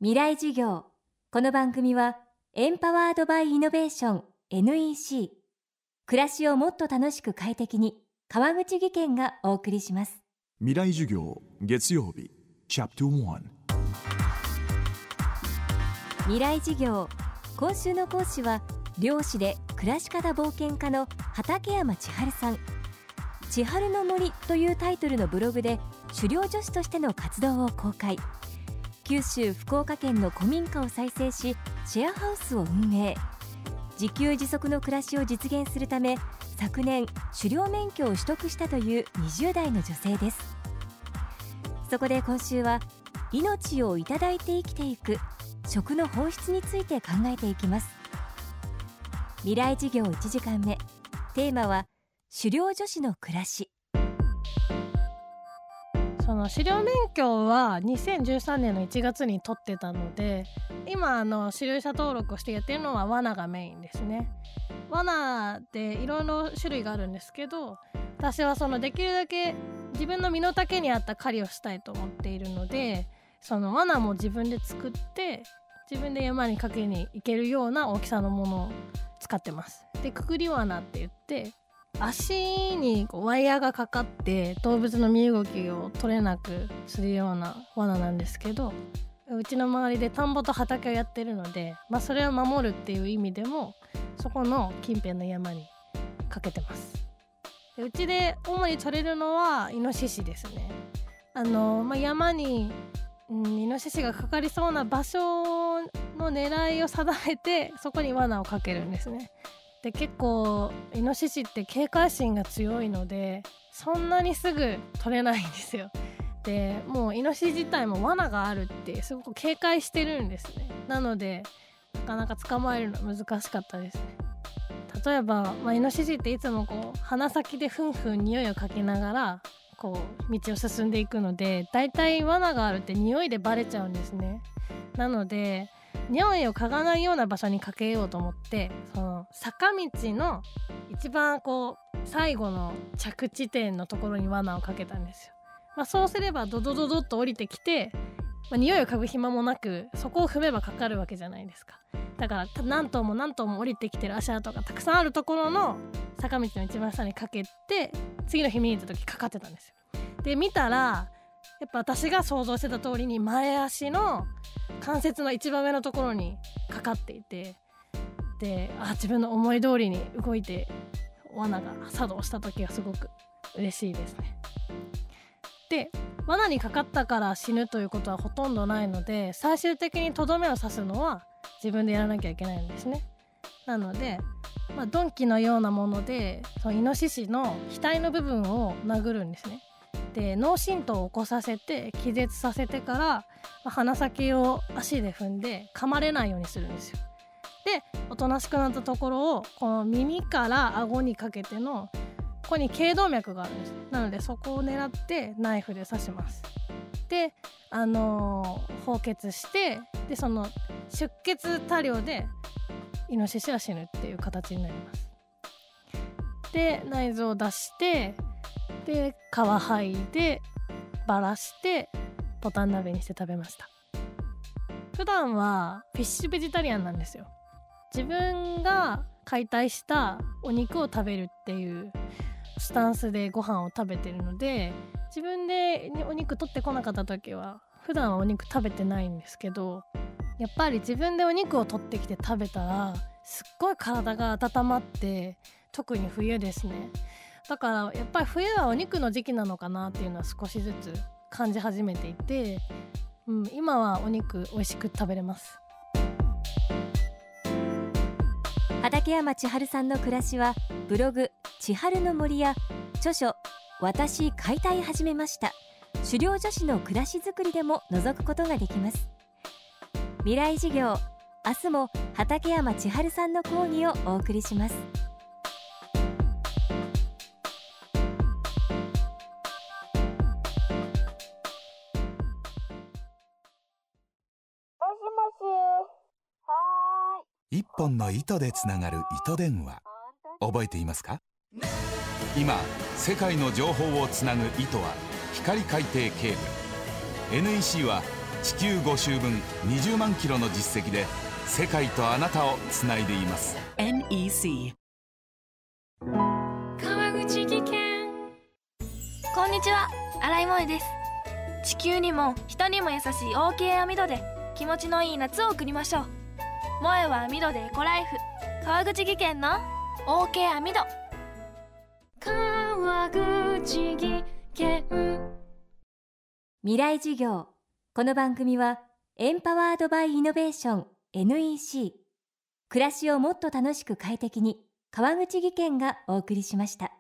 未来授業。この番組はエンパワードバイイノベーション NEC 暮らしをもっと楽しく快適に川口義賢がお送りします。 未来授業月曜日チャプター1 未来授業。今週の講師は漁師で暮らし方冒険家の畠山千春さん。千春の森というタイトルのブログで狩猟女子としての活動を公開。九州福岡県の古民家を再生しシェアハウスを運営。自給自足の暮らしを実現するため昨年狩猟免許を取得したという20代の女性です。そこで今週は命をいただいて生きていく食の本質について考えていきます。未来授業1時間目、テーマは狩猟女子の暮らし。 その狩猟免許は2013年の1月に取ってたので、今狩猟者登録をしてやってるのは罠がメインですね。罠でいろいろ種類があるんですけど、私はそのできるだけ自分の身の丈に合った狩りをしたいと思っているので、その罠も自分で作って自分で山にかけに行けるような大きさのものを使ってます。で、くくり罠って言って足にワイヤーがかかって動物の身動きを取れなくするような罠なんですけど、うちの周りで田んぼと畑をやってるので、それを守るっていう意味でもそこの近辺の山にかけてます。で、うちで主に取れるのはイノシシですね。山に、イノシシがかかりそうな場所の狙いを定めてそこに罠をかけるんですね。で、結構イノシシって警戒心が強いのでそんなにすぐ取れないんですよ。で、もうイノシシ自体も罠があるってすごく警戒してるんですね。なのでなかなか捕まえるの難しかったですね。例えば、イノシシっていつも鼻先でふんふん匂いをかけながら道を進んでいくので、だいたい罠があるって匂いでバレちゃうんですね。なので匂いを嗅がないような場所にかけようと思って、その坂道の一番最後の着地点のところに罠をかけたんですよ。そうすればドドドドッと降りてきて、匂いを嗅ぐ暇もなくそこを踏めばかかるわけじゃないですか。だから何頭も何頭も降りてきてる足跡がたくさんあるところの坂道の一番下にかけて、次の日見に行った時かかってたんですよ。で、見たらやっぱ私が想像してた通りに前足の関節の一番上のところにかかっていて、で、自分の思い通りに動いて罠が作動した時がすごく嬉しいですね。で、罠にかかったから死ぬということはほとんどないので、最終的にとどめを刺すのは自分でやらなきゃいけないんですね。なので、鈍器のようなものでそのイノシシの額の部分を殴るんですね。で、脳震盪を起こさせて気絶させてから、鼻先を足で踏んで噛まれないようにするんですよ。で、おとなしくなったところをこの耳から顎にかけてのここに頸動脈があるんです。なのでそこを狙ってナイフで刺します。で、放血して、でその出血多量でイノシシは死ぬっていう形になります。で、内臓を出して、で、皮剥いでばらしてボタン鍋にして食べました。普段はフィッシュベジタリアンなんですよ。自分が解体したお肉を食べるっていうスタンスでご飯を食べてるので、自分でお肉取ってこなかった時は普段はお肉食べてないんですけど、やっぱり自分でお肉を取ってきて食べたらすっごい体が温まって、特に冬ですね。だからやっぱり冬はお肉の時期なのかなっていうのは少しずつ感じ始めていて、今はお肉美味しく食べれます。 畠山千春さんの暮らしはブログ千春の森や著書私解体始めました狩猟女子の暮らしづくりでも覗くことができます。未来授業、明日も畠山千春さんの講義をお送りします。 一本の糸でつながる糸電話、覚えていますか？今世界の情報をつなぐ糸は光海底ケーブル。 NEC は地球5周分20万キロの実績で世界とあなたをつないでいます。 NEC。 川口技研。こんにちは、新井萌です。地球にも人にも優しい OK 網戸で気持ちのいい夏を送りましょう。萌は網戸でエコライフ。川口技研の OK 網戸。川口技研。 未来授業。この番組はエンパワードバイイノベーション NEC、 暮らしをもっと楽しく快適に、川口技研がお送りしました。